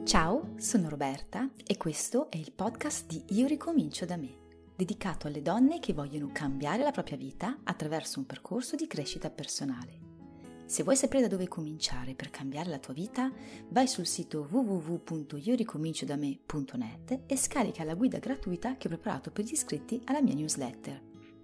Ciao, sono Roberta e questo è il podcast di Io ricomincio da me, dedicato alle donne che vogliono cambiare la propria vita attraverso un percorso di crescita personale. Se vuoi sapere da dove cominciare per cambiare la tua vita, vai sul sito www.ioricominciodame.net e scarica la guida gratuita che ho preparato per gli iscritti alla mia newsletter.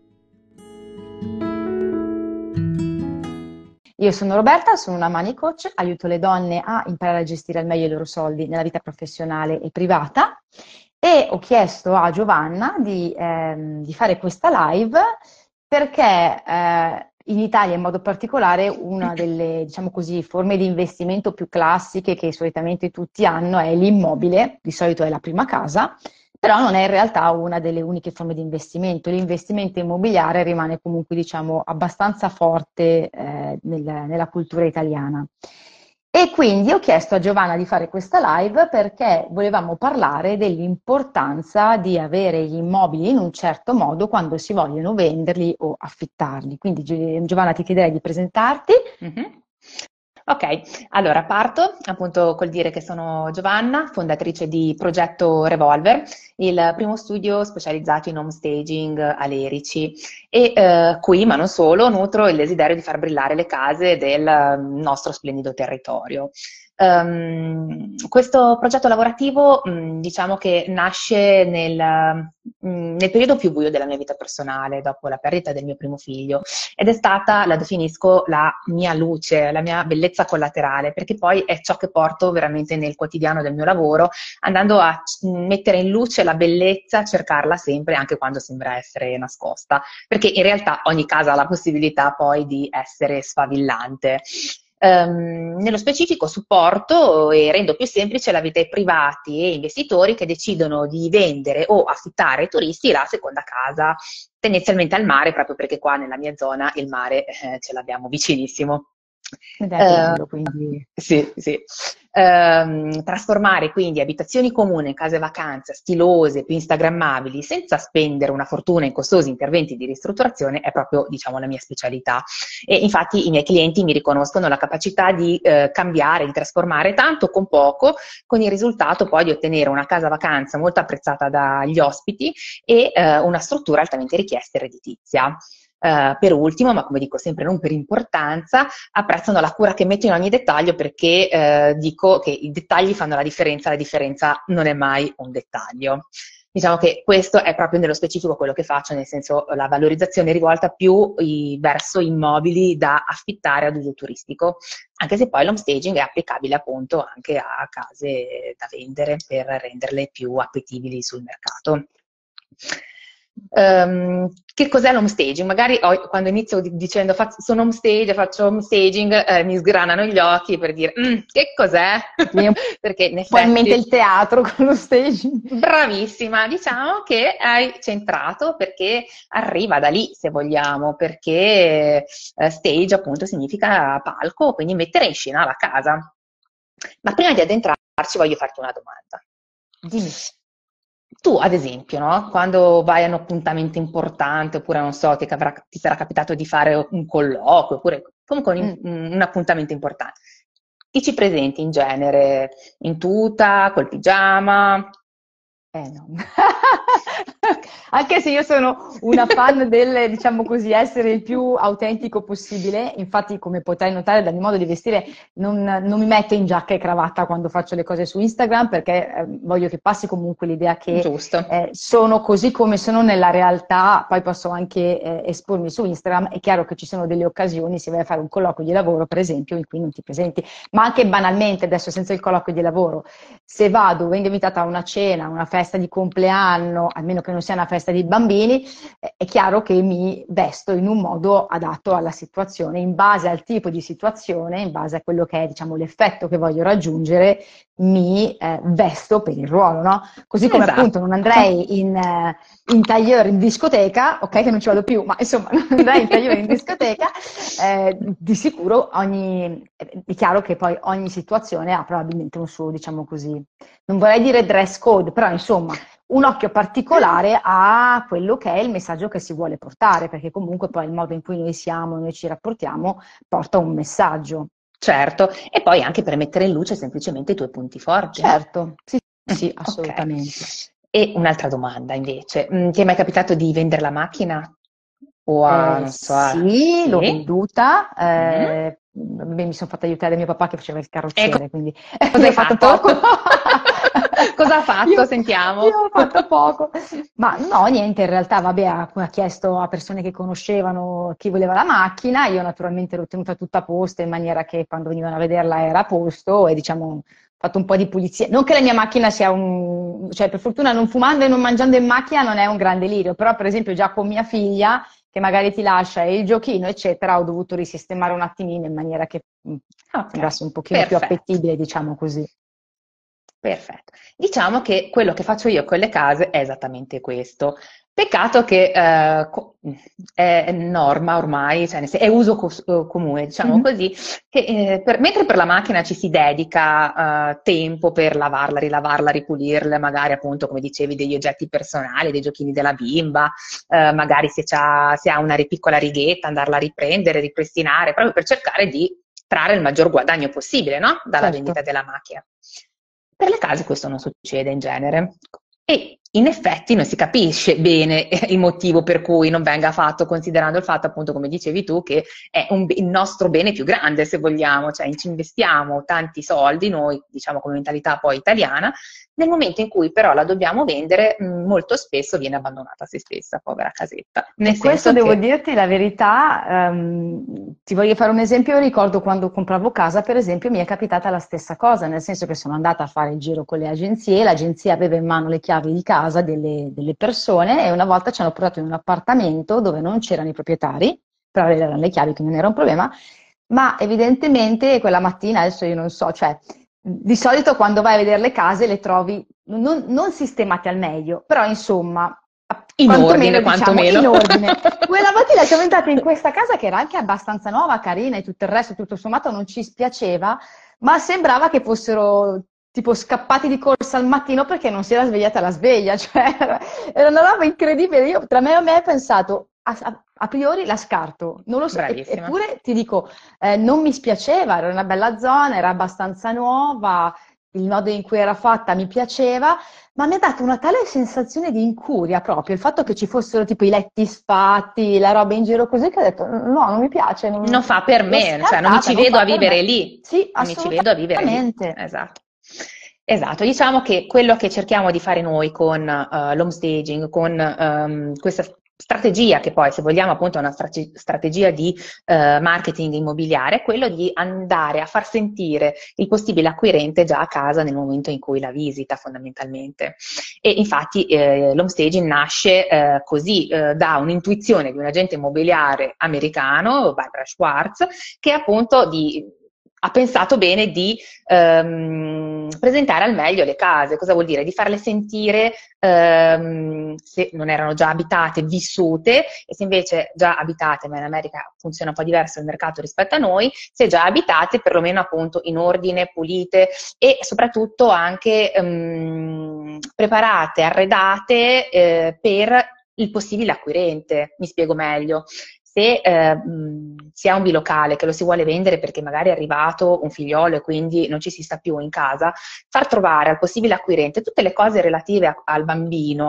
Io sono Roberta, sono una money coach, aiuto le donne a imparare a gestire al meglio i loro soldi nella vita professionale e privata e ho chiesto a Giovanna di fare questa live perché in Italia in modo particolare una delle, diciamo così, forme di investimento più classiche che solitamente tutti hanno è l'immobile, di solito è la prima casa, però non è in realtà una delle uniche forme di investimento. L'investimento immobiliare rimane comunque, diciamo, abbastanza forte nella cultura italiana. E quindi ho chiesto a Giovanna di fare questa live perché volevamo parlare dell'importanza di avere gli immobili in un certo modo quando si vogliono venderli o affittarli. Quindi Giovanna, ti chiederei di presentarti. Ok, allora parto appunto col dire che sono Giovanna, fondatrice di Progetto Revolver, il primo studio specializzato in home staging a Lerici e qui, ma non solo, nutro il desiderio di far brillare le case del nostro splendido territorio. Questo progetto lavorativo diciamo che nasce nel periodo più buio della mia vita personale, dopo la perdita del mio primo figlio, ed è stata, la definisco, la mia luce, la mia bellezza collaterale, perché poi è ciò che porto veramente nel quotidiano del mio lavoro, andando a mettere in luce la bellezza, cercarla sempre, anche quando sembra essere nascosta, perché in realtà ogni casa ha la possibilità poi di essere sfavillante. Nello specifico supporto e rendo più semplice la vita ai privati e investitori che decidono di vendere o affittare ai turisti la seconda casa, tendenzialmente al mare, proprio perché qua nella mia zona il mare ce l'abbiamo vicinissimo. Ed è bello, quindi. Sì. Trasformare quindi abitazioni comuni in case vacanza stilose, più instagrammabili, senza spendere una fortuna in costosi interventi di ristrutturazione è proprio, diciamo, la mia specialità. E infatti i miei clienti mi riconoscono la capacità di cambiare, di trasformare tanto con poco, con il risultato poi di ottenere una casa vacanza molto apprezzata dagli ospiti e una struttura altamente richiesta e redditizia. Per ultimo, ma come dico sempre non per importanza, apprezzano la cura che metto in ogni dettaglio perché dico che i dettagli fanno la differenza non è mai un dettaglio. Diciamo che questo è proprio nello specifico quello che faccio, nel senso la valorizzazione rivolta più verso immobili da affittare ad uso turistico, anche se poi l'home staging è applicabile appunto anche a case da vendere per renderle più appetibili sul mercato. Che cos'è l'home staging? Magari quando inizio dicendo sono home stage, faccio home staging, mi sgranano gli occhi per dire che cos'è? Perché in effetti poi in mente il teatro con lo staging. Bravissima, diciamo che hai centrato perché arriva da lì se vogliamo, perché stage appunto significa palco, quindi mettere in scena la casa. Ma prima di addentrarci voglio farti una domanda. Dimmi. Tu, ad esempio, no? Quando vai a un appuntamento importante, oppure non so, ti sarà capitato di fare un colloquio, oppure comunque un appuntamento importante, ti ci presenti in genere in tuta, col pigiama? No. Anche se io sono una fan del, diciamo così, essere il più autentico possibile, infatti come potrai notare dal mio modo di vestire non mi metto in giacca e cravatta quando faccio le cose su Instagram perché voglio che passi comunque l'idea che sono così come sono nella realtà, poi posso anche espormi su Instagram. È chiaro che ci sono delle occasioni, se vai a fare un colloquio di lavoro per esempio in cui non ti presenti, ma anche banalmente adesso senza il colloquio di lavoro, se vengo invitata a una cena, una festa di compleanno, almeno che non sia una festa di bambini, è chiaro che mi vesto in un modo adatto alla situazione, in base al tipo di situazione, in base a quello che è, diciamo, l'effetto che voglio raggiungere, mi vesto per il ruolo, no? Così come appunto non andrei in tailleur in discoteca, ok che non ci vado più, ma insomma non andrei in tailleur in discoteca, di sicuro è chiaro che poi ogni situazione ha probabilmente un suo, diciamo così, non vorrei dire dress code, però insomma un occhio particolare a quello che è il messaggio che si vuole portare, perché comunque poi il modo in cui noi siamo, noi ci rapportiamo, porta un messaggio. certo, e poi anche per mettere in luce semplicemente i tuoi punti forti. Certo, sì, sì, Ok. assolutamente. E un'altra domanda invece, ti è mai capitato di vendere la macchina? O non so, Sì, l'ho sì? venduta, Mm. mi sono fatta aiutare da mio papà che faceva il Ecco, carrozziere, quindi cosa io hai ho fatto fatto? poco. Cosa ha fatto? Io Sentiamo. ho fatto poco. Ma no, niente, in realtà, vabbè, ha chiesto a persone che conoscevano chi voleva la macchina, io naturalmente l'ho tenuta tutta a posto in maniera che quando venivano a vederla era a posto e diciamo ho fatto un po' di pulizia. Non che la mia macchina sia cioè per fortuna non fumando e non mangiando in macchina non è un gran delirio, però per esempio già con mia figlia che magari ti lascia il giochino, eccetera, ho dovuto risistemare un attimino in maniera che Ok, sembrasse un pochino più perfetto. appetibile, diciamo così. Perfetto. Diciamo che quello che faccio io con le case è esattamente questo. Peccato che è norma ormai, cioè è uso comune, diciamo Mhm. così, che mentre per la macchina ci si dedica tempo per lavarla, rilavarla, ripulirla, magari appunto come dicevi degli oggetti personali, dei giochini della bimba, magari se ha una piccola righetta, andarla a riprendere, ripristinare, proprio per cercare di trarre il maggior guadagno possibile, no? Dalla Certo. vendita della macchina. Per le case questo non succede in genere e in effetti non si capisce bene il motivo per cui non venga fatto, considerando il fatto, appunto, come dicevi tu, che è il nostro bene più grande, se vogliamo, cioè ci investiamo tanti soldi, noi, diciamo come mentalità poi italiana, nel momento in cui però la dobbiamo vendere, molto spesso viene abbandonata a se stessa, povera casetta, nel E questo senso devo che dirti la verità, ti voglio fare un esempio, io ricordo quando compravo casa, per esempio, mi è capitata la stessa cosa, nel senso che sono andata a fare il giro con le agenzie, l'agenzia aveva in mano le chiavi di casa delle persone e una volta ci hanno portato in un appartamento dove non c'erano i proprietari, però erano le chiavi, quindi non era un problema, ma evidentemente quella mattina, adesso io non so, cioè di solito quando vai a vedere le case le trovi non sistemate al meglio, però insomma, in quantomeno ordine, diciamo quantomeno. in ordine. Quella mattina siamo entrati in questa casa che era anche abbastanza nuova, carina e tutto il resto, tutto sommato non ci spiaceva, ma sembrava che fossero tipo scappati di corsa al mattino perché non si era svegliata la sveglia, cioè era una roba incredibile. Io tra me e me ho pensato, a priori la scarto, non lo so, Bravissima. eppure ti dico, non mi spiaceva, era una bella zona, era abbastanza nuova, il modo in cui era fatta mi piaceva, ma mi ha dato una tale sensazione di incuria proprio, il fatto che ci fossero tipo i letti sfatti, la roba in giro così, che ho detto no, non mi piace, Non fa per l'ho me, cioè non mi scartata, ci non vedo fa a per vivere me. lì, Sì, non mi ci vedo a vivere lì, assolutamente. esatto. Esatto, diciamo che quello che cerchiamo di fare noi con l'home staging, con questa strategia, che poi se vogliamo appunto è una strategia di marketing immobiliare, è quello di andare a far sentire il possibile acquirente già a casa nel momento in cui la visita fondamentalmente. E infatti l'home staging nasce così da un'intuizione di un agente immobiliare americano, Barbara Schwartz, che appunto ha pensato bene di presentare al meglio le case. Cosa vuol dire? Di farle sentire, se non erano già abitate, vissute, e se invece già abitate, ma in America funziona un po' diverso il mercato rispetto a noi, se già abitate, perlomeno appunto in ordine, pulite e soprattutto anche preparate, arredate per il possibile acquirente. Mi spiego meglio. Se si ha un bilocale che lo si vuole vendere perché magari è arrivato un figliolo e quindi non ci si sta più in casa, far trovare al possibile acquirente tutte le cose relative al bambino,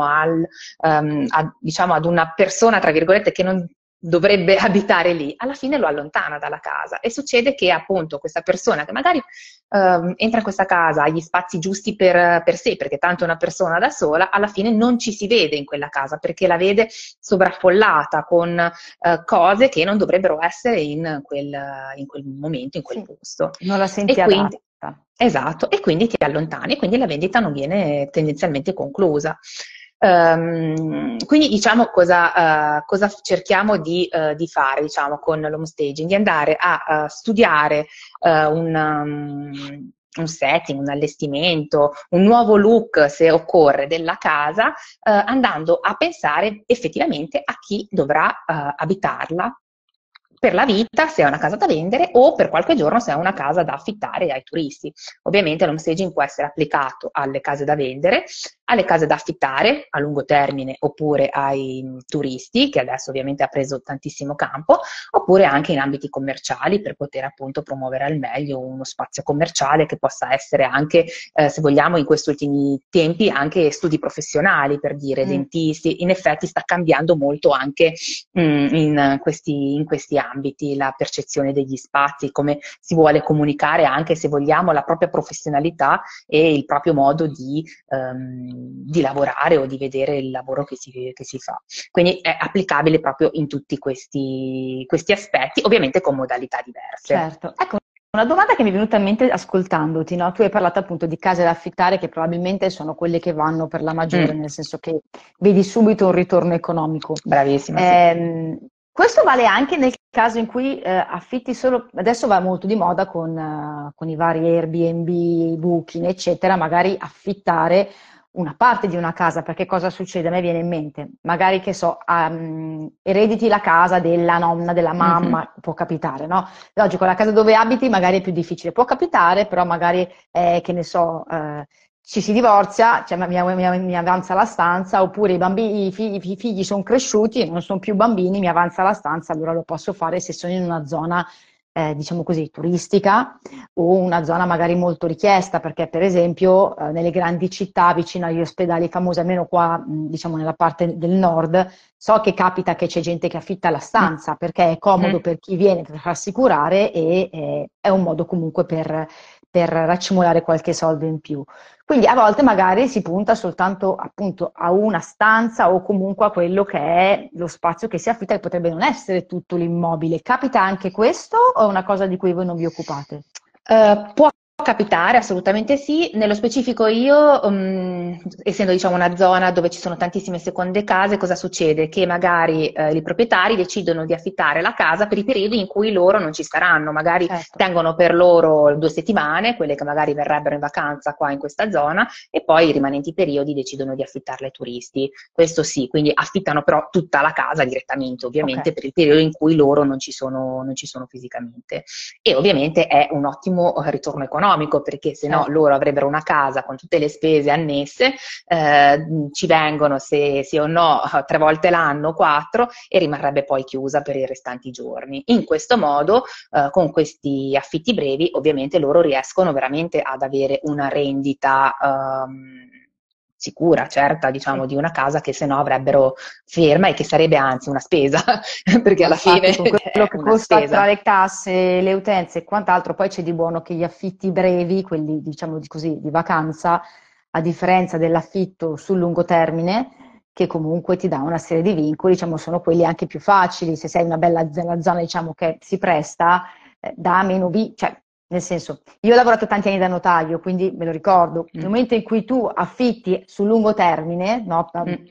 diciamo ad una persona, tra virgolette, che non dovrebbe abitare lì, alla fine lo allontana dalla casa e succede che appunto questa persona che magari entra in questa casa, ha gli spazi giusti per sé, perché tanto è una persona da sola, alla fine non ci si vede in quella casa perché la vede sovraffollata con cose che non dovrebbero essere in quel momento, in quel Sì, posto. non la E senti quindi, adatta. esatto, e quindi ti allontani, quindi la vendita non viene tendenzialmente conclusa. Quindi diciamo cosa cerchiamo di fare diciamo, con l'home staging, di andare a studiare un setting, un allestimento, un nuovo look se occorre della casa, andando a pensare effettivamente a chi dovrà abitarla per la vita, se è una casa da vendere, o per qualche giorno se è una casa da affittare ai turisti. Ovviamente l'home staging può essere applicato alle case da vendere, alle case da affittare a lungo termine oppure ai turisti, che adesso ovviamente ha preso tantissimo campo, oppure anche in ambiti commerciali per poter appunto promuovere al meglio uno spazio commerciale che possa essere anche, se vogliamo, in questi ultimi tempi anche studi professionali, per dire, dentisti. In effetti sta cambiando molto anche in questi ambiti la percezione degli spazi, come si vuole comunicare anche, se vogliamo, la propria professionalità e il proprio modo di lavorare o di vedere il lavoro che si fa. Quindi è applicabile proprio in tutti questi aspetti, ovviamente con modalità diverse. Certo. Ecco, una domanda che mi è venuta in mente ascoltandoti, no? Tu hai parlato appunto di case da affittare che probabilmente sono quelle che vanno per la maggiore, nel senso che vedi subito un ritorno economico. Bravissima. Sì. Questo vale anche nel caso in cui affitti solo, adesso va molto di moda con i vari Airbnb, Booking, eccetera, magari affittare una parte di una casa, perché cosa succede? A me viene in mente, magari che so, erediti la casa della nonna, della mamma, può capitare, no? Logico, la casa dove abiti magari è più difficile, può capitare, però magari, che ne so, ci si divorzia, cioè mi avanza la stanza, oppure i figli sono cresciuti, non sono più bambini, mi avanza la stanza, allora lo posso fare se sono in una zona diciamo così, turistica o una zona magari molto richiesta, perché per esempio nelle grandi città vicino agli ospedali famosi, almeno qua diciamo nella parte del nord, so che capita che c'è gente che affitta la stanza perché è comodo per chi viene per farsi curare e è un modo comunque per raccimolare qualche soldo in più. Quindi a volte magari si punta soltanto appunto a una stanza o comunque a quello che è lo spazio che si affitta, che potrebbe non essere tutto l'immobile. Capita anche questo o è una cosa di cui voi non vi occupate? Può capitare, assolutamente sì. Nello specifico io, essendo diciamo una zona dove ci sono tantissime seconde case, cosa succede? Che magari i proprietari decidono di affittare la casa per i periodi in cui loro non ci staranno, magari tengono per loro 2 settimane, quelle che magari verrebbero in vacanza qua in questa zona, e poi i rimanenti periodi decidono di affittarla ai turisti. Questo sì, quindi affittano però tutta la casa direttamente, ovviamente, per il periodo in cui loro non ci sono fisicamente. E ovviamente è un ottimo ritorno economico, perché se no loro avrebbero una casa con tutte le spese annesse, ci vengono se sì o no 3 volte l'anno, 4, e rimarrebbe poi chiusa per i restanti giorni. In questo modo, con questi affitti brevi, ovviamente loro riescono veramente ad avere una rendita sicura, certa, diciamo, di una casa che se no avrebbero ferma e che sarebbe anzi una spesa, perché alla fine con quello che costa spesa tra le tasse, le utenze e quant'altro, poi c'è di buono che gli affitti brevi, quelli diciamo così di vacanza, a differenza dell'affitto sul lungo termine, che comunque ti dà una serie di vincoli, diciamo, sono quelli anche più facili, se sei in una bella zona, diciamo, che si presta, da meno cioè, nel senso, io ho lavorato tanti anni da notaio, quindi me lo ricordo, nel momento in cui tu affitti sul lungo termine, no,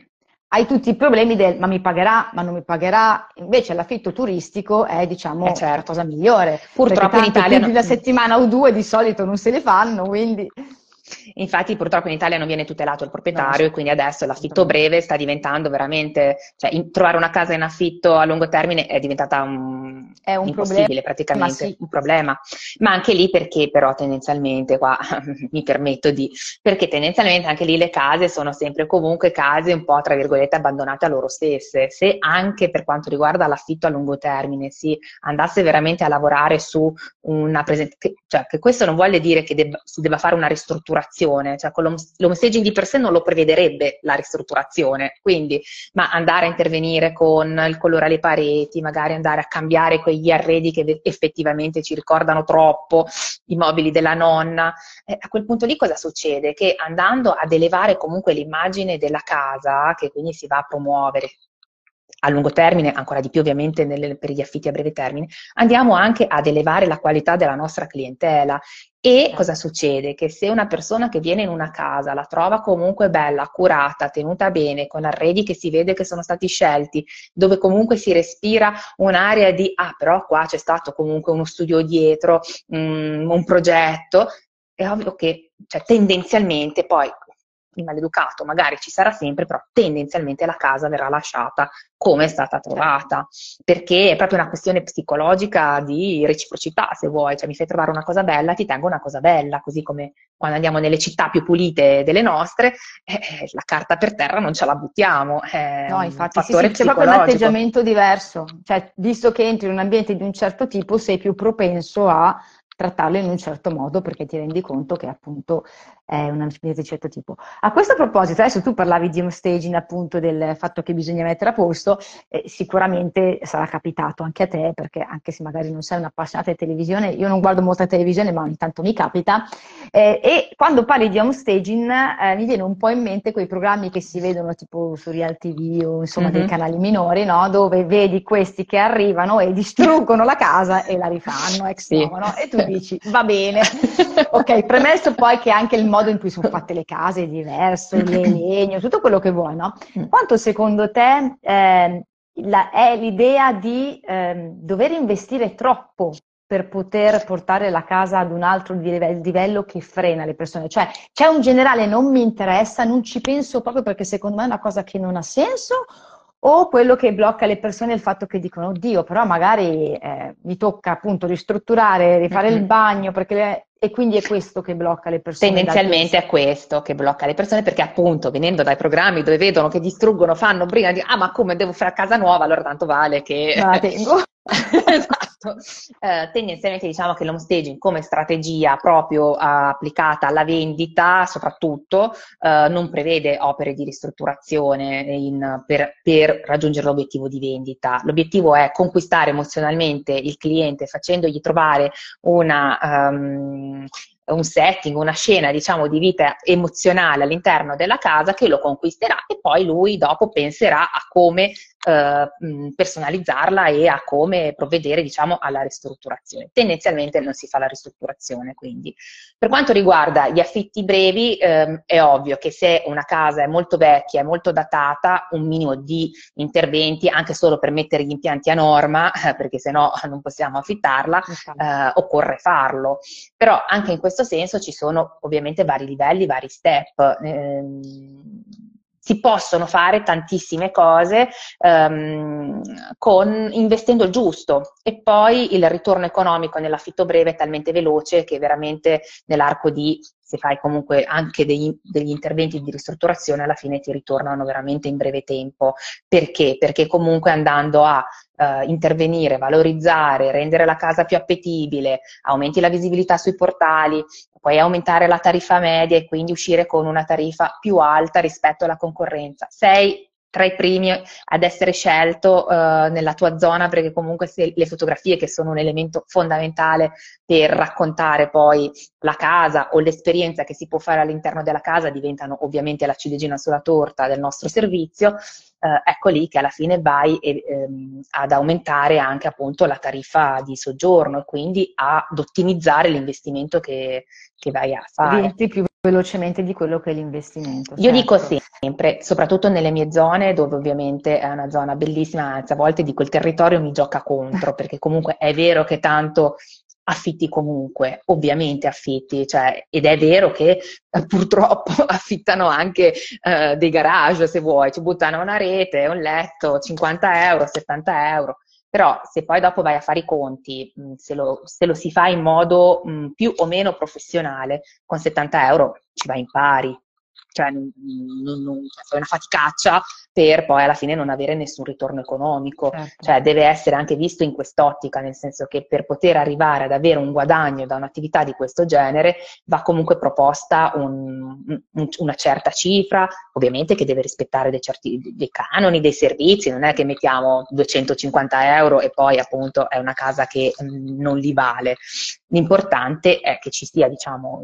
hai tutti i problemi del ma mi pagherà, ma non mi pagherà, invece l'affitto turistico è diciamo la cosa migliore. Purtroppo in Italia una settimana o 2 di solito non se le fanno, quindi... Infatti purtroppo in Italia non viene tutelato il proprietario e quindi adesso l'affitto breve sta diventando veramente, cioè trovare una casa in affitto a lungo termine è diventata impossibile praticamente, un problema. Ma anche lì perché però tendenzialmente, qua mi permetto perché tendenzialmente anche lì le case sono sempre comunque case un po' tra virgolette abbandonate a loro stesse. Se anche per quanto riguarda l'affitto a lungo termine si andasse veramente a lavorare su una cioè che questo non vuole dire che si debba fare una ristrutturazione, cioè con l'home staging di per sé non lo prevederebbe la ristrutturazione, quindi ma andare a intervenire con il colore alle pareti, magari andare a cambiare quegli arredi che effettivamente ci ricordano troppo i mobili della nonna, a quel punto lì cosa succede? Che andando ad elevare comunque l'immagine della casa, che quindi si va a promuovere a lungo termine, ancora di più ovviamente per gli affitti a breve termine, andiamo anche ad elevare la qualità della nostra clientela. E cosa succede? Che se una persona che viene in una casa la trova comunque bella, curata, tenuta bene, con arredi che si vede che sono stati scelti, dove comunque si respira un'area di però qua c'è stato comunque uno studio dietro, un progetto, è ovvio che tendenzialmente poi il maleducato magari ci sarà sempre, però tendenzialmente la casa verrà lasciata come è stata trovata, perché è proprio una questione psicologica di reciprocità, se vuoi, cioè mi fai trovare una cosa bella, ti tengo una cosa bella, così come quando andiamo nelle città più pulite delle nostre, la carta per terra non ce la buttiamo, è No, un infatti, sì, fattore sì, c'è proprio un psicologico. atteggiamento diverso, cioè, visto che entri in un ambiente di un certo tipo, sei più propenso a trattarlo in un certo modo perché ti rendi conto che appunto è un ambiente di certo tipo. A questo proposito, adesso tu parlavi di home staging, appunto del fatto che bisogna mettere a posto, sicuramente sarà capitato anche a te, perché anche se magari non sei un'appassionata di televisione, io non guardo molta televisione, ma ogni tanto mi capita, e quando parli di home staging mi viene un po' in mente quei programmi che si vedono tipo su Real TV o insomma dei canali minori, no? Dove vedi questi che arrivano e distruggono la casa e la rifanno ex Sì. novo, no? E tu dici, va bene. Ok, premesso poi che anche il modo in cui sono fatte le case è diverso, il legno, tutto quello che vuoi, no? Quanto secondo te è l'idea di dover investire troppo per poter portare la casa ad un altro livello che frena le persone? Cioè, c'è un generale non mi interessa, non ci penso proprio perché secondo me è una cosa che non ha senso, o quello che blocca le persone è il fatto che dicono, oddio, però magari mi tocca appunto ristrutturare, rifare il bagno, e quindi è questo che blocca le persone dal Tendenzialmente è questo che blocca le persone, perché appunto venendo dai programmi dove vedono che distruggono, fanno prima di ma come devo fare casa nuova, allora tanto vale che me la tengo. esatto. Tendenzialmente diciamo che l'home staging come strategia proprio applicata alla vendita soprattutto non prevede opere di ristrutturazione per raggiungere l'obiettivo di vendita. L'obiettivo è conquistare emozionalmente il cliente facendogli trovare un setting, una scena, diciamo, di vita emozionale all'interno della casa che lo conquisterà, e poi lui dopo penserà a come personalizzarla e a come provvedere, diciamo, alla ristrutturazione. Tendenzialmente non si fa la ristrutturazione, quindi. Per quanto riguarda gli affitti brevi, è ovvio che se una casa è molto vecchia, è molto datata, un minimo di interventi, anche solo per mettere gli impianti a norma, perché sennò non possiamo affittarla, occorre farlo. Però anche in questo senso ci sono ovviamente vari livelli, vari step. Si possono fare tantissime cose investendo il giusto, e poi il ritorno economico nell'affitto breve è talmente veloce che veramente nell'arco di, se fai comunque anche degli interventi di ristrutturazione, alla fine ti ritornano veramente in breve tempo. Perché? Perché comunque andando a intervenire, valorizzare, rendere la casa più appetibile, aumenti la visibilità sui portali, puoi aumentare la tariffa media e quindi uscire con una tariffa più alta rispetto alla concorrenza. Sei tra i primi ad essere scelto nella tua zona, perché comunque le fotografie, che sono un elemento fondamentale per raccontare poi la casa o l'esperienza che si può fare all'interno della casa, diventano ovviamente la ciliegina sulla torta del nostro servizio. Ecco lì che alla fine vai ad aumentare anche appunto la tariffa di soggiorno, e quindi ad ottimizzare l'investimento che vai a fare. Rientri più velocemente di quello che è l'investimento. Io dico certo. sempre, soprattutto nelle mie zone, dove ovviamente è una zona bellissima, anzi a volte dico il territorio mi gioca contro, perché comunque è vero che tanto affitti comunque, ovviamente affitti, cioè, ed è vero che purtroppo affittano anche dei garage, se vuoi, ci buttano una rete, un letto, 50 euro, 70 euro. Però se poi dopo vai a fare i conti, se lo si fa in modo più o meno professionale, con 70 euro ci vai in pari. Cioè fai una faticaccia per poi alla fine non avere nessun ritorno economico. Certo. Cioè deve essere anche visto in quest'ottica, nel senso che per poter arrivare ad avere un guadagno da un'attività di questo genere va comunque proposta una certa cifra, ovviamente che deve rispettare dei canoni, dei servizi, non è che mettiamo 250 euro e poi appunto è una casa che non li vale. L'importante è che ci sia, diciamo,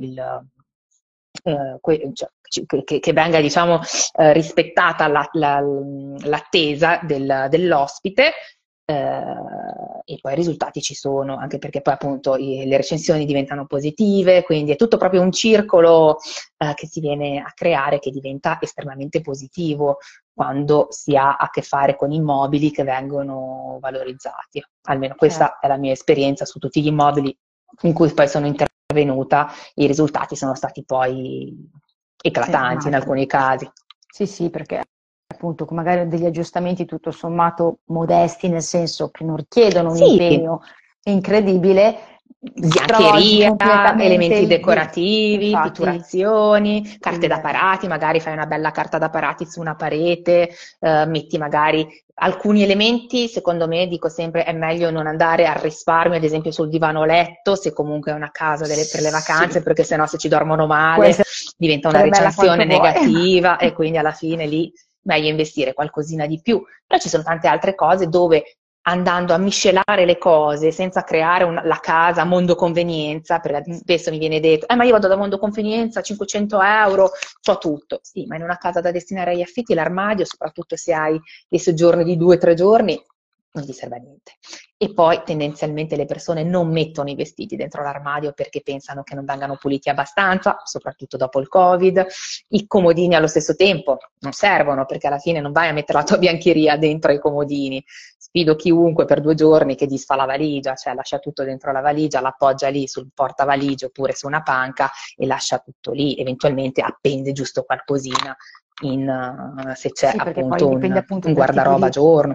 che venga, diciamo, rispettata l'attesa dell'ospite, e poi i risultati ci sono, anche perché poi appunto le recensioni diventano positive, quindi è tutto proprio un circolo che si viene a creare, che diventa estremamente positivo quando si ha a che fare con immobili che vengono valorizzati. Almeno questa è la mia esperienza su tutti gli immobili in cui poi sono intervenuta, i risultati sono stati poi eclatanti in alcuni casi. Sì, perché appunto magari degli aggiustamenti tutto sommato modesti, nel senso che non richiedono un Sì, impegno incredibile, stravolgi biancheria, completamente elementi decorativi, infatti, pitturazioni, carte da parati, magari fai una bella carta da parati su una parete, metti magari alcuni elementi, secondo me, dico sempre, è meglio non andare al risparmio, ad esempio sul divano letto, se comunque è una casa per le vacanze, sì, perché sennò se ci dormono può male essere diventa una bella quanto recensione vuoi. negativa e quindi alla fine lì meglio investire qualcosina di più. Però ci sono tante altre cose dove andando a miscelare le cose senza creare la casa a mondo convenienza, perché spesso mi viene detto, ma io vado da mondo convenienza, 500 euro, so tutto. Sì, ma in una casa da destinare agli affitti l'armadio, soprattutto se hai dei soggiorni di 2 o 3 giorni, non ti serve a niente. E poi tendenzialmente le persone non mettono i vestiti dentro l'armadio perché pensano che non vengano puliti abbastanza, soprattutto dopo il Covid. I comodini allo stesso tempo non servono perché alla fine non vai a mettere la tua biancheria dentro ai comodini. Sfido chiunque per 2 giorni che disfa la valigia, cioè lascia tutto dentro la valigia, l'appoggia lì sul portavaligie oppure su una panca e lascia tutto lì, eventualmente appende giusto qualcosina se c'è Sì, perché poi appunto dipende appunto un dal tipo guardaroba a giorno.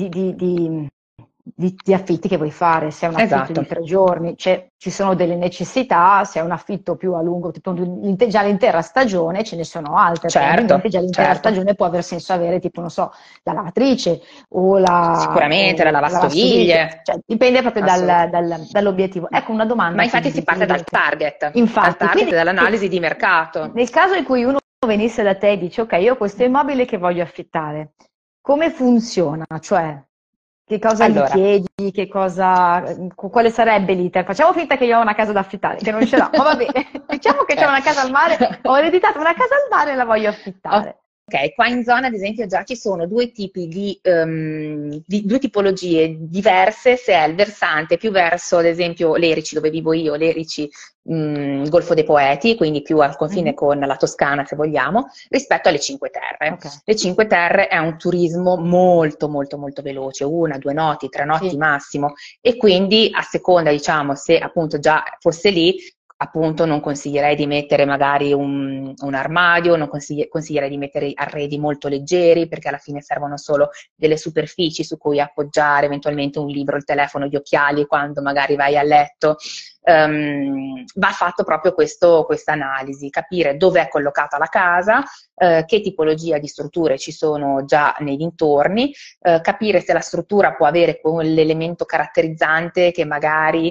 di affitto che vuoi fare, se è un affitto Esatto, di 3 giorni, ci sono delle necessità, se è un affitto più a lungo, tipo già l'intera stagione, ce ne sono altre, probabilmente certo, già l'intera certo. stagione può aver senso avere tipo, non so, la lavatrice o Sicuramente la la lavastoviglie, lavastoviglie, cioè dipende proprio assolutamente. dall'obiettivo. Ecco una Ma domanda che infatti mi si viene parte in dal mente. target, Infatti, e quindi dall'analisi di mercato. nel caso in cui uno venisse da te e dice ok, io ho questo immobile che voglio affittare, come funziona? Cioè, che cosa gli Allora, chiedi? Quale sarebbe l'iter? Facciamo finta che io ho una casa da affittare, che non ce l'ho, ma va bene. Diciamo che c'ho ok. una casa al mare, ho ereditato una casa al mare e la voglio affittare. Ok, qua in zona ad esempio già ci sono due tipi due tipologie diverse, se è il versante più verso ad esempio l'Erici dove vivo io, l'Erici Golfo dei Poeti, quindi più al confine Mhm. con la Toscana se vogliamo, rispetto alle Cinque Terre. Ok, Le Cinque Terre è un turismo molto molto molto veloce, 1, 2 notti, 3 notti sì. massimo e quindi a seconda diciamo se appunto già fosse lì appunto non consiglierei di mettere magari un armadio, non consiglierei di mettere arredi molto leggeri perché alla fine servono solo delle superfici su cui appoggiare eventualmente un libro, il telefono, gli occhiali quando magari vai a letto. Va fatto proprio questa analisi, capire dove è collocata la casa, che tipologia di strutture ci sono già nei dintorni, capire se la struttura può avere quell'elemento caratterizzante che magari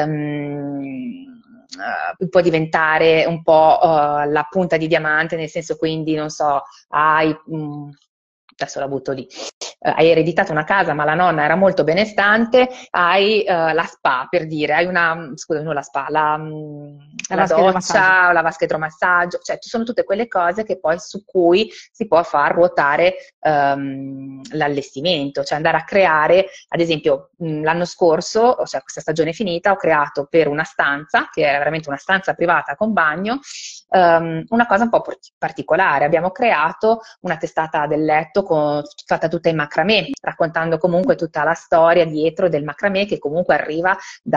può diventare un po' la punta di diamante, nel senso quindi, non so, adesso la butto lì, hai ereditato una casa ma la nonna era molto benestante, hai la spa per dire, hai scusami, non la spa, La la vasca idromassaggio. doccia, la vasca idromassaggio, cioè ci sono tutte quelle cose che poi su cui si può far ruotare l'allestimento, cioè andare a creare, ad esempio l'anno scorso, cioè questa stagione finita, ho creato per una stanza, che era veramente una stanza privata con bagno, una cosa un po' particolare, abbiamo creato una testata del letto fatta tutta in macramè, raccontando comunque tutta la storia dietro del macramè che comunque arriva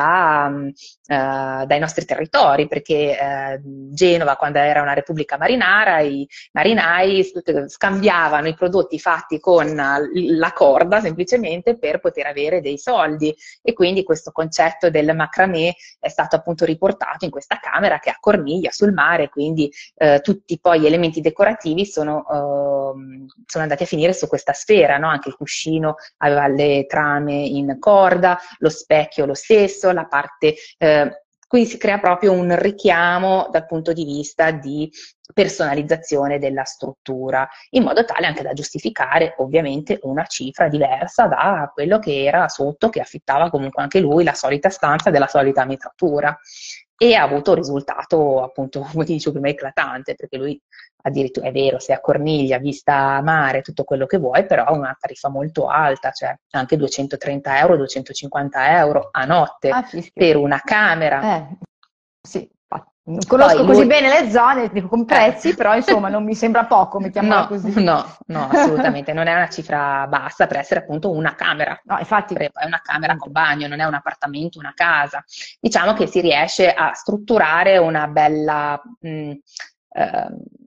dai nostri territori, perché Genova, quando era una repubblica marinara, i marinai scambiavano i prodotti fatti con la corda semplicemente per poter avere dei soldi e quindi questo concetto del macramè è stato appunto riportato in questa camera che ha corniglia sul mare, quindi tutti poi gli elementi decorativi sono andati a finire su questa sfera, no? Anche il cuscino aveva le trame in corda, lo specchio lo stesso, la parte quindi si crea proprio un richiamo dal punto di vista di personalizzazione della struttura, in modo tale anche da giustificare ovviamente una cifra diversa da quello che era sotto, che affittava comunque anche lui la solita stanza della solita metratura. E ha avuto un risultato, appunto, come ti dicevo prima, eclatante, perché lui addirittura, è vero, sei a Corniglia, vista a mare, tutto quello che vuoi, però ha una tariffa molto alta, cioè anche 230 euro, 250 euro a notte Ah, fischio. per una camera. Sì, non conosco Poi così lui... bene le zone, dico con prezzi, però insomma non mi sembra poco, mettiamola No, così. no, assolutamente, non è una cifra bassa per essere appunto una camera, No, infatti, perché poi è una camera con appunto. bagno, non è un appartamento, una casa. Diciamo che si riesce a strutturare una bella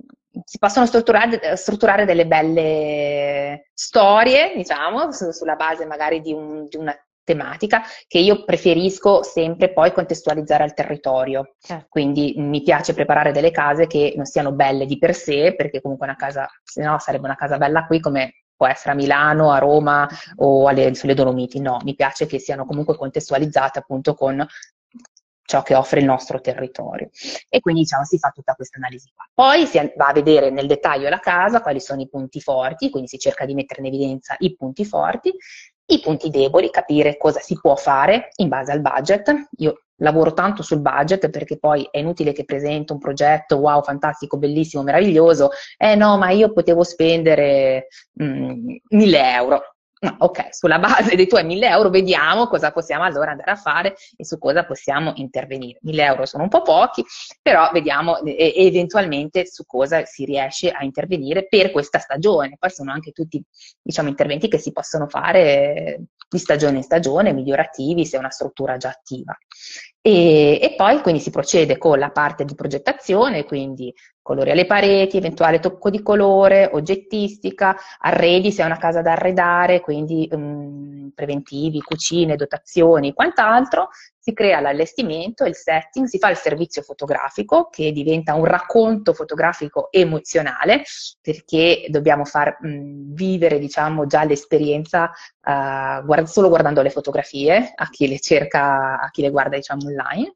si possono strutturare delle belle storie, diciamo, sulla base magari di una tematica, che io preferisco sempre poi contestualizzare al territorio. Certo. Quindi mi piace preparare delle case che non siano belle di per sé, perché comunque una casa, se no sarebbe una casa bella qui come può essere a Milano, a Roma o sulle Dolomiti. No, mi piace che siano comunque contestualizzate appunto con ciò che offre il nostro territorio. E quindi diciamo si fa tutta questa analisi qua. Poi si va a vedere nel dettaglio la casa, quali sono i punti forti, quindi si cerca di mettere in evidenza i punti forti, i punti deboli, capire cosa si può fare in base al budget. Io lavoro tanto sul budget perché poi è inutile che presento un progetto, wow, fantastico, bellissimo, meraviglioso, no, ma io potevo spendere 1.000 euro. No, ok, sulla base dei tuoi 1.000 euro vediamo cosa possiamo allora andare a fare e su cosa possiamo intervenire. 1.000 euro sono un po' pochi, però vediamo eventualmente su cosa si riesce a intervenire per questa stagione. Poi sono anche tutti, diciamo, interventi che si possono fare di stagione in stagione, migliorativi se è una struttura già attiva. E poi quindi si procede con la parte di progettazione, quindi colori alle pareti, eventuale tocco di colore, oggettistica, arredi se è una casa da arredare, quindi preventivi, cucine, dotazioni, quant'altro. Si crea l'allestimento, il setting, si fa il servizio fotografico che diventa un racconto fotografico emozionale, perché dobbiamo far vivere, diciamo, già l'esperienza solo guardando le fotografie a chi le cerca, a chi le guarda, diciamo, online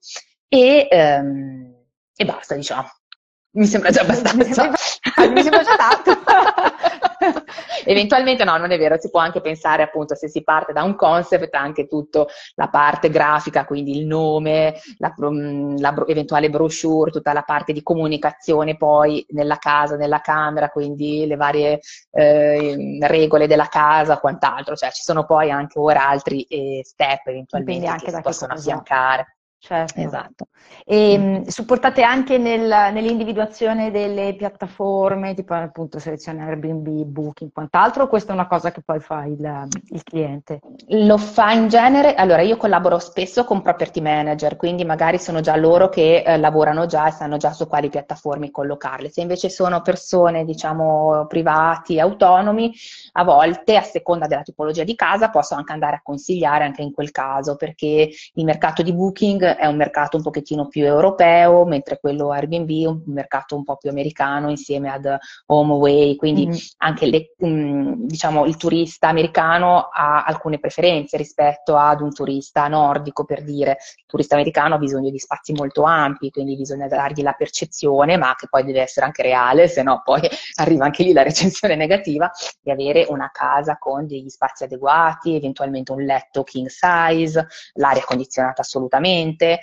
e basta, diciamo. Mi sembra già abbastanza. Mi sembra già tanto. Eventualmente no, non è vero, si può anche pensare appunto, se si parte da un concept, anche tutta la parte grafica, quindi il nome, eventuale brochure, tutta la parte di comunicazione poi nella casa, nella camera, quindi le varie regole della casa, quant'altro, cioè ci sono poi anche ora altri step eventualmente anche che da si possono cosa. affiancare. Certo. Esatto. E supportate anche nell'individuazione delle piattaforme, tipo appunto selezione Airbnb, Booking, quant'altro, o questa è una cosa che poi fa il cliente? Lo fa in genere, allora io collaboro spesso con property manager, quindi magari sono già loro che lavorano già e sanno già su quali piattaforme collocarle. Se invece sono persone, diciamo, privati, autonomi, a volte, a seconda della tipologia di casa, posso anche andare a consigliare anche in quel caso, perché il mercato di Booking è un mercato un pochettino più europeo, mentre quello Airbnb è un mercato un po' più americano insieme ad HomeAway, quindi anche diciamo, il turista americano ha alcune preferenze rispetto ad un turista nordico, per dire. Il turista americano ha bisogno di spazi molto ampi, quindi bisogna dargli la percezione, ma che poi deve essere anche reale, se no poi arriva anche lì la recensione negativa, di avere una casa con degli spazi adeguati, eventualmente un letto king size, l'aria condizionata assolutamente,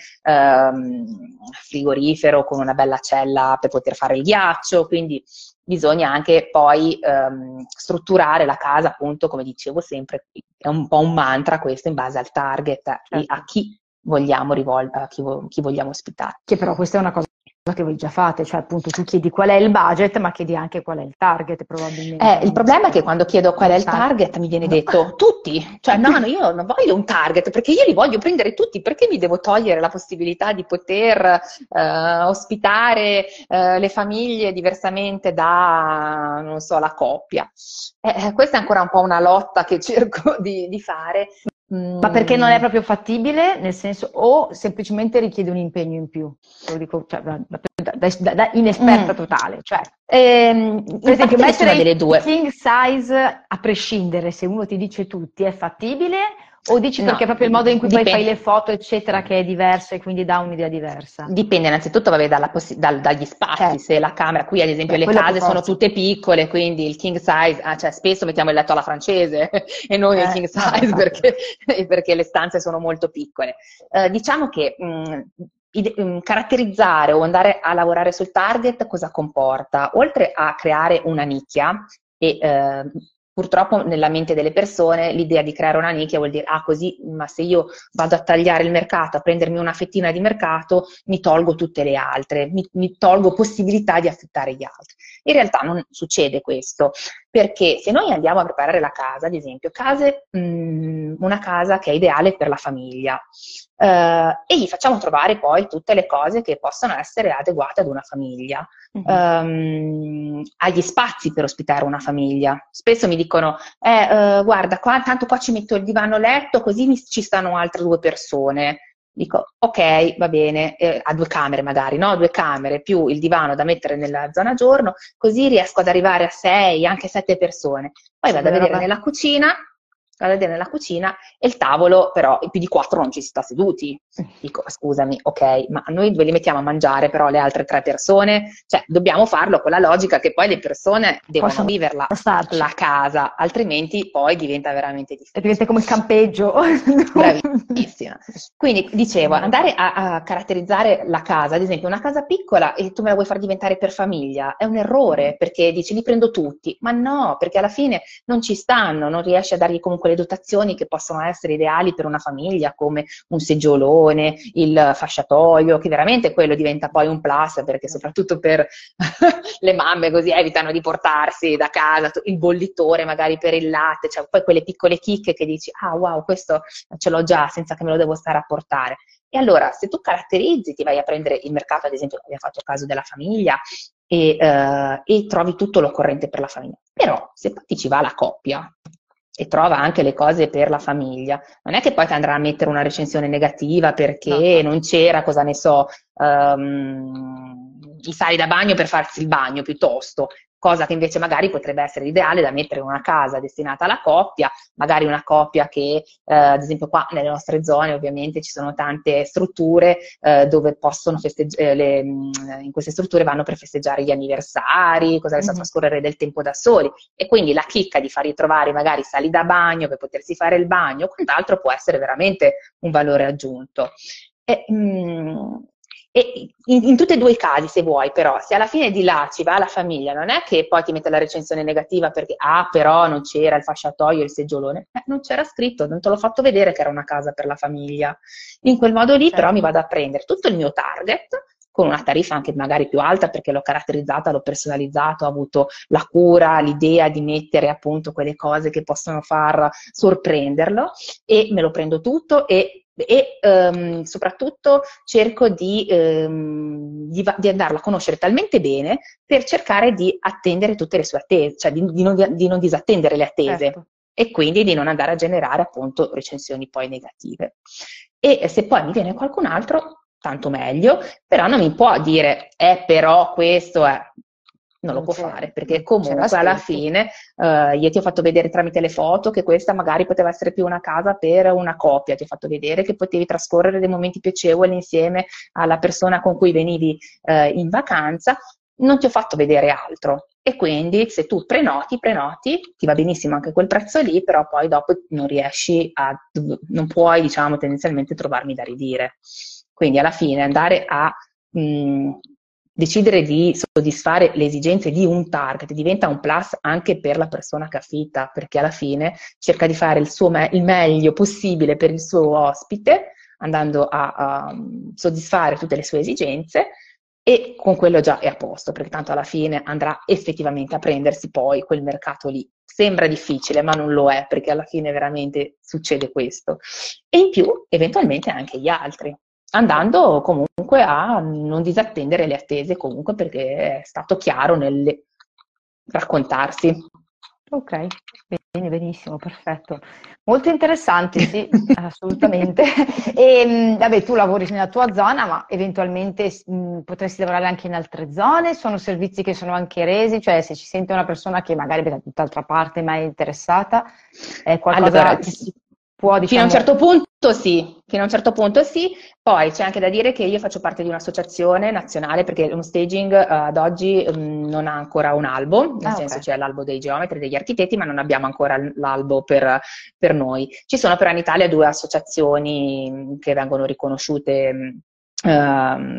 frigorifero con una bella cella per poter fare il ghiaccio, quindi bisogna anche poi strutturare la casa, appunto, come dicevo sempre, è un po' un mantra questo, in base al target e a chi vogliamo chi vogliamo ospitare. Che però questa è una cosa che voi già fate, cioè appunto tu chiedi qual è il budget, ma chiedi anche qual è il target probabilmente. Il problema è che quando chiedo qual è il target mi viene detto tutti, cioè no, io non voglio un target perché io li voglio prendere tutti, perché mi devo togliere la possibilità di poter ospitare le famiglie diversamente da, non so, la coppia. Questa è ancora un po' una lotta che cerco di fare. Ma perché non è proprio fattibile, nel senso, o semplicemente richiede un impegno in più? Lo dico, cioè, da inesperta totale. Cioè, per esempio, mettere il king size a prescindere, se uno ti dice tutti, è fattibile? O dici perché è proprio il modo in cui poi fai le foto, eccetera, che è diverso e quindi dà un'idea diversa? Dipende innanzitutto dagli spazi, se la camera, qui ad esempio le case sono tutte piccole, quindi il king size, cioè spesso mettiamo il letto alla francese e non il king size perché le stanze sono molto piccole. Diciamo che caratterizzare o andare a lavorare sul target cosa comporta? Oltre a creare una nicchia e purtroppo nella mente delle persone l'idea di creare una nicchia vuol dire così, ma se io vado a tagliare il mercato, a prendermi una fettina di mercato, mi tolgo tutte le altre, mi tolgo possibilità di affittare gli altri. In realtà non succede questo, perché se noi andiamo a preparare la casa, ad esempio, una casa che è ideale per la famiglia, e gli facciamo trovare poi tutte le cose che possono essere adeguate ad una famiglia, agli spazi per ospitare una famiglia. Spesso mi dicono, guarda, tanto qua ci metto il divano letto, così ci stanno altre 2 persone. Dico, ok, va bene, a 2 camere magari, no? 2 camere più il divano da mettere nella zona giorno, così riesco ad arrivare a 6, anche 7 persone. Poi vado a vedere nella cucina e il tavolo, però più di 4 non ci si sta seduti. Dico, scusami, ok, ma noi dove li mettiamo a mangiare però le altre 3 persone? Cioè, dobbiamo farlo con la logica che poi le persone devono viverla la casa, altrimenti poi diventa veramente difficile. Diventa come il campeggio. Bravissima. Quindi, dicevo, andare a caratterizzare la casa, ad esempio una casa piccola e tu me la vuoi far diventare per famiglia, è un errore, perché dici li prendo tutti, ma no, perché alla fine non ci stanno, non riesci a dargli comunque le dotazioni che possono essere ideali per una famiglia, come un seggiolone, il fasciatoio, che veramente quello diventa poi un plus, perché soprattutto per le mamme così evitano di portarsi da casa il bollitore magari per il latte, cioè poi quelle piccole chicche che dici, ah wow, questo ce l'ho già senza che me lo devo stare a portare. E allora se tu caratterizzi, ti vai a prendere il mercato, ad esempio abbiamo fatto caso della famiglia, e trovi tutto l'occorrente per la famiglia. Però se poi ti ci va la coppia e trova anche le cose per la famiglia, non è che poi ti andrà a mettere una recensione negativa perché non c'era, cosa ne so, i sali da bagno per farsi il bagno piuttosto, cosa che invece magari potrebbe essere ideale da mettere in una casa destinata alla coppia, magari una coppia che, ad esempio qua nelle nostre zone ovviamente ci sono tante strutture dove possono festeggiare, in queste strutture vanno per festeggiare gli anniversari, cosa ne so, trascorrere del tempo da soli, e quindi la chicca di fargli trovare magari sali da bagno per potersi fare il bagno, quant'altro può essere veramente un valore aggiunto. E in tutti e 2 i casi, se vuoi, però, se alla fine di là ci va la famiglia, non è che poi ti mette la recensione negativa perché, però non c'era il fasciatoio, il seggiolone, non c'era scritto, non te l'ho fatto vedere che era una casa per la famiglia. In quel modo lì, però, mi vado a prendere tutto il mio target, con una tariffa anche magari più alta perché l'ho caratterizzata, l'ho personalizzato, ho avuto la cura, l'idea di mettere appunto quelle cose che possono far sorprenderlo, e me lo prendo tutto e soprattutto cerco di andarla a conoscere talmente bene per cercare di attendere tutte le sue attese, cioè di non disattendere le attese. Certo. E quindi di non andare a generare appunto recensioni poi negative. E se poi mi viene qualcun altro, tanto meglio, però non mi può dire però questo è... Non lo può fare, perché comunque alla fine io ti ho fatto vedere tramite le foto che questa magari poteva essere più una casa per una coppia, ti ho fatto vedere che potevi trascorrere dei momenti piacevoli insieme alla persona con cui venivi in vacanza, non ti ho fatto vedere altro. E quindi se tu prenoti, ti va benissimo anche quel prezzo lì, però poi dopo non puoi, diciamo, tendenzialmente trovarmi da ridire. Quindi alla fine andare a... decidere di soddisfare le esigenze di un target diventa un plus anche per la persona che affitta, perché alla fine cerca di fare il meglio possibile per il suo ospite, andando a soddisfare tutte le sue esigenze, e con quello già è a posto, perché tanto alla fine andrà effettivamente a prendersi poi quel mercato lì. Sembra difficile, ma non lo è, perché alla fine veramente succede questo. E in più, eventualmente, anche gli altri, andando comunque a non disattendere le attese, comunque, perché è stato chiaro nel raccontarsi. Ok, bene, benissimo, perfetto. Molto interessante, sì, assolutamente. E vabbè, tu lavori nella tua zona, ma eventualmente potresti lavorare anche in altre zone? Sono servizi che sono anche resi? Cioè, se ci sente una persona che magari da tutt'altra parte ma è interessata, è qualcosa allora, che si può, diciamo... Fino a un certo punto sì, poi c'è anche da dire che io faccio parte di un'associazione nazionale, perché Home Staging ad oggi non ha ancora un albo, nel senso c'è l'albo dei geometri e degli architetti, ma non abbiamo ancora l'albo per noi. Ci sono però in Italia 2 associazioni che vengono riconosciute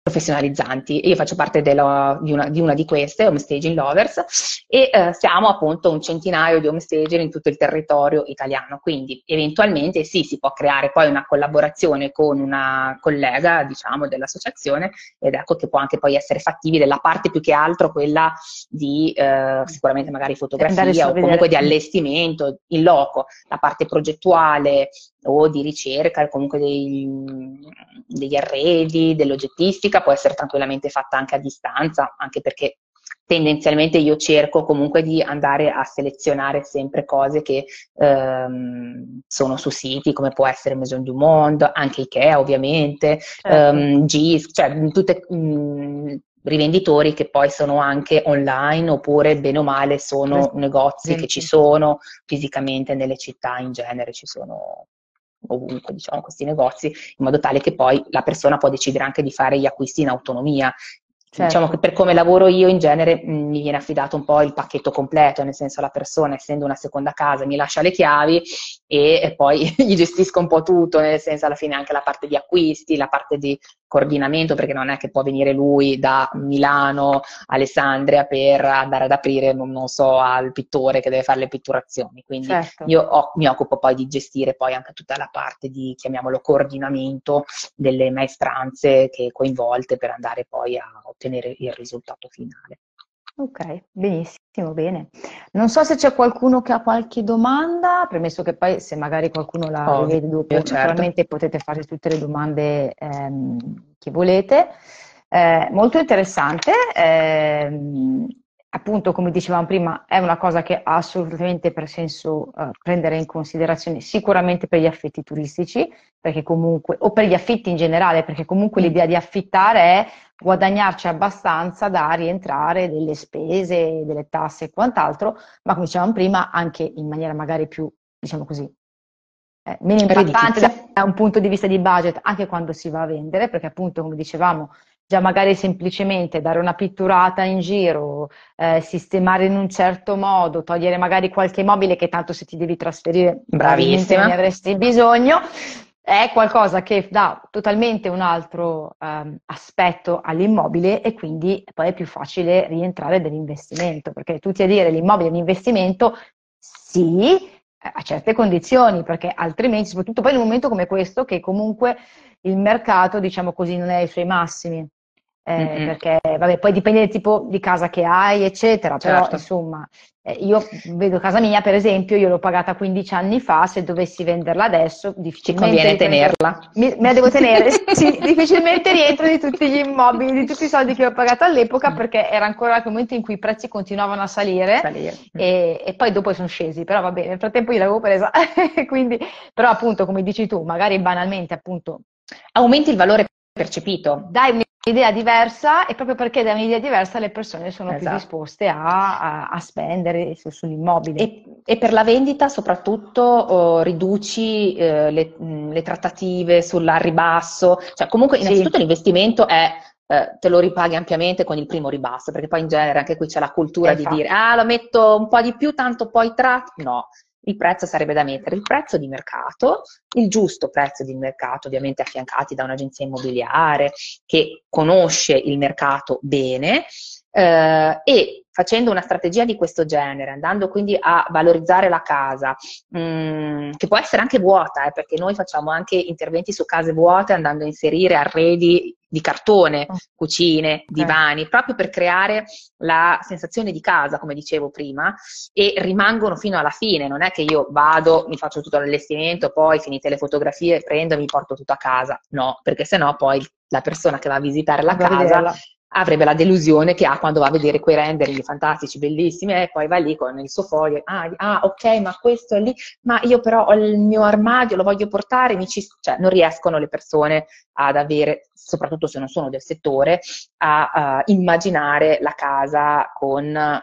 professionalizzanti. Io faccio parte di una di queste, Home Staging Lovers, e siamo appunto un centinaio di home stager in tutto il territorio italiano, quindi eventualmente sì, si può creare poi una collaborazione con una collega, diciamo, dell'associazione, ed ecco che può anche poi essere fattibile la parte più che altro quella di sicuramente magari fotografia o comunque di allestimento in loco, la parte progettuale o di ricerca, comunque degli arredi, dell'oggettistica può essere tranquillamente fatta anche a distanza, anche perché tendenzialmente io cerco comunque di andare a selezionare sempre cose che sono su siti come può essere Maison du Monde, anche Ikea ovviamente, Certo. Gis, cioè tutte rivenditori che poi sono anche online oppure bene o male sono negozi che ci sono fisicamente nelle città, in genere ci sono ovunque, diciamo, questi negozi, in modo tale che poi la persona può decidere anche di fare gli acquisti in autonomia. Certo. Diciamo che per come lavoro io in genere mi viene affidato un po' il pacchetto completo, nel senso la persona, essendo una seconda casa, mi lascia le chiavi e poi gli gestisco un po' tutto, nel senso alla fine anche la parte di acquisti, la parte di coordinamento, perché non è che può venire lui da Milano, Alessandria, per andare ad aprire, non so, al pittore che deve fare le pitturazioni. Quindi certo. io mi occupo poi di gestire poi anche tutta la parte di, chiamiamolo, coordinamento delle maestranze che coinvolte per andare poi a ottenere il risultato finale. Ok, benissimo, bene. Non so se c'è qualcuno che ha qualche domanda, premesso che poi se magari qualcuno la rivede dopo, certo. naturalmente potete fare tutte le domande che volete. Molto interessante, appunto come dicevamo prima è una cosa che ha assolutamente per senso prendere in considerazione sicuramente per gli affitti turistici, perché comunque, o per gli affitti in generale, perché comunque l'idea di affittare è guadagnarci abbastanza da rientrare delle spese, delle tasse e quant'altro, ma come dicevamo prima anche in maniera magari più, diciamo così, meno impattante da un punto di vista di budget anche quando si va a vendere, perché appunto come dicevamo già magari semplicemente dare una pitturata in giro, sistemare in un certo modo, togliere magari qualche mobile che tanto se ti devi trasferire probabilmente non ne avresti bisogno, è qualcosa che dà totalmente un altro aspetto all'immobile e quindi poi è più facile rientrare dell'investimento, perché tutti a dire l'immobile è un investimento, sì, a certe condizioni, perché altrimenti, soprattutto poi in un momento come questo, che comunque il mercato, diciamo così, non è ai suoi massimi. Perché vabbè, poi dipende del tipo di casa che hai, eccetera, certo. Però insomma, io vedo casa mia, per esempio, io l'ho pagata 15 anni fa, se dovessi venderla adesso, difficilmente... Ci conviene tenerla. Me la devo tenere, sì, difficilmente rientro di tutti gli immobili, di tutti i soldi che ho pagato all'epoca, perché era ancora il momento in cui i prezzi continuavano a salire. E poi dopo sono scesi, però va bene, nel frattempo io l'avevo presa, quindi, però appunto, come dici tu, magari banalmente, appunto... Aumenti il valore percepito. Dai un'idea diversa e proprio perché dai un'idea diversa le persone sono più disposte a spendere sull'immobile. E per la vendita soprattutto riduci le trattative sul ribasso, cioè comunque innanzitutto l'investimento è te lo ripaghi ampiamente con il primo ribasso, perché poi in genere anche qui c'è la cultura di dire lo metto un po' di più tanto poi no. Il prezzo sarebbe da mettere il prezzo di mercato, il giusto prezzo di mercato, ovviamente affiancati da un'agenzia immobiliare che conosce il mercato bene, e facendo una strategia di questo genere, andando quindi a valorizzare la casa, che può essere anche vuota, perché noi facciamo anche interventi su case vuote andando a inserire arredi di cartone, cucine, divani, proprio per creare la sensazione di casa, come dicevo prima, e rimangono fino alla fine. Non è che io vado, mi faccio tutto l'allestimento, poi finite le fotografie, prendo e mi porto tutto a casa. No, perché sennò poi la persona che va a visitare la casa avrebbe la delusione che ha quando va a vedere quei rendering fantastici, bellissimi, e poi va lì con il suo foglio, ok, ma questo è lì, ma io però ho il mio armadio, lo voglio portare, cioè non riescono le persone ad avere, soprattutto se non sono del settore, a immaginare la casa con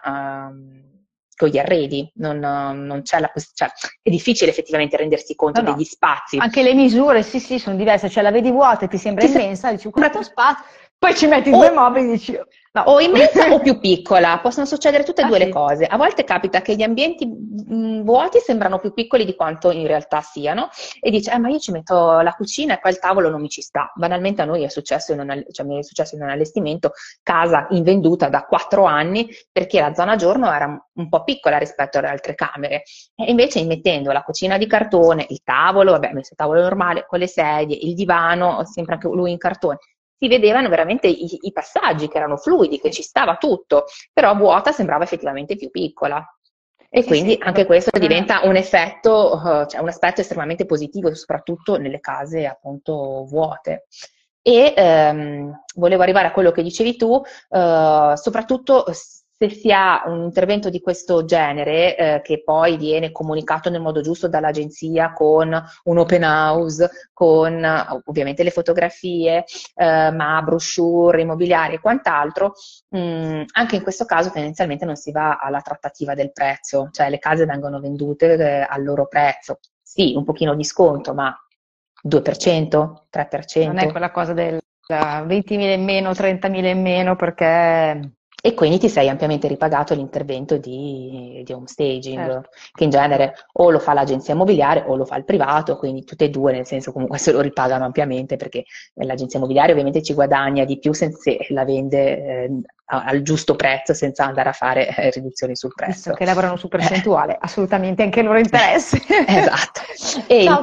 gli arredi, non c'è la possibilità, cioè, è difficile effettivamente rendersi conto degli spazi. Anche le misure, sì, sono diverse, cioè la vedi vuota e ti sembra immensa, dici quanto spazio, Poi ci metti due mobili e dici... No. O immensa o più piccola, possono succedere tutte e due le sì. cose. A volte capita che gli ambienti vuoti sembrano più piccoli di quanto in realtà siano e dici, ma io ci metto la cucina e poi il tavolo non mi ci sta. Banalmente a noi è successo mi è successo in un allestimento, casa invenduta da 4 anni, perché la zona giorno era un po' piccola rispetto alle altre camere. E invece mettendo la cucina di cartone, il tavolo, vabbè, messo il tavolo normale, con le sedie, il divano, sempre anche lui in cartone, si vedevano veramente i passaggi che erano fluidi, che ci stava tutto, però vuota sembrava effettivamente più piccola. E quindi anche questo diventa un effetto, cioè un aspetto estremamente positivo, soprattutto nelle case appunto vuote. E volevo arrivare a quello che dicevi tu, soprattutto se si ha un intervento di questo genere, che poi viene comunicato nel modo giusto dall'agenzia con un open house, con ovviamente le fotografie, ma brochure, immobiliari e quant'altro, anche in questo caso tendenzialmente non si va alla trattativa del prezzo, cioè le case vengono vendute al loro prezzo. Sì, un pochino di sconto, ma 2%, 3%. Non è quella cosa del 20.000 in meno, 30.000 in meno, perché... E quindi ti sei ampiamente ripagato l'intervento di home staging, certo, che in genere o lo fa l'agenzia immobiliare o lo fa il privato, quindi tutte e due, nel senso comunque se lo ripagano ampiamente, perché l'agenzia immobiliare ovviamente ci guadagna di più se la vende al giusto prezzo senza andare a fare riduzioni sul prezzo. Visto che lavorano su percentuale, assolutamente anche il loro interesse. Esatto. E il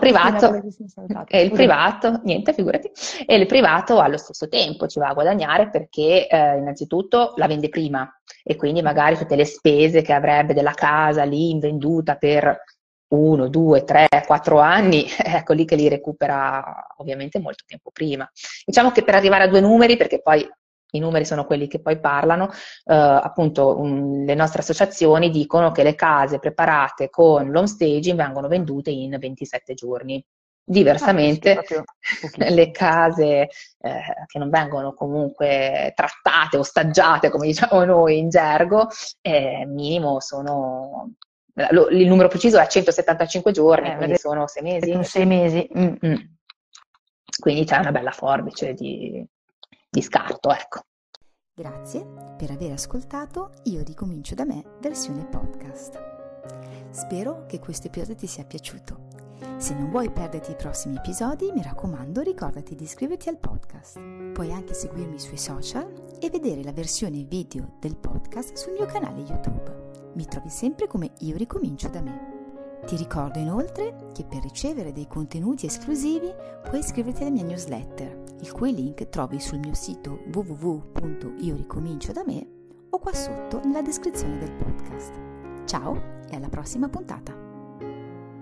privato, niente, figurati, e il privato allo stesso tempo ci va a guadagnare perché innanzitutto la vende prima e quindi magari tutte le spese che avrebbe della casa lì invenduta per 1, 2, 3, 4 anni, ecco lì che li recupera ovviamente molto tempo prima. Diciamo che per arrivare a 2 numeri, perché poi i numeri sono quelli che poi parlano, appunto le nostre associazioni dicono che le case preparate con l'home staging vengono vendute in 27 giorni. Diversamente le case che non vengono comunque trattate o staggiate, come diciamo noi in gergo, minimo sono... Il numero preciso è 175 giorni, quindi sono 6 mesi. Sono 6 mesi. Quindi c'è una bella forbice di scarto, ecco. Grazie per aver ascoltato Io ricomincio da me versione podcast. Spero che questo episodio ti sia piaciuto. Se non vuoi perderti i prossimi episodi, mi raccomando, ricordati di iscriverti al podcast. Puoi anche seguirmi sui social e vedere la versione video del podcast sul mio canale YouTube. Mi trovi sempre come Io ricomincio da me. Ti ricordo inoltre che per ricevere dei contenuti esclusivi puoi iscriverti alla mia newsletter, il cui link trovi sul mio sito www.ioricominciodame o qua sotto nella descrizione del podcast. Ciao e alla prossima puntata!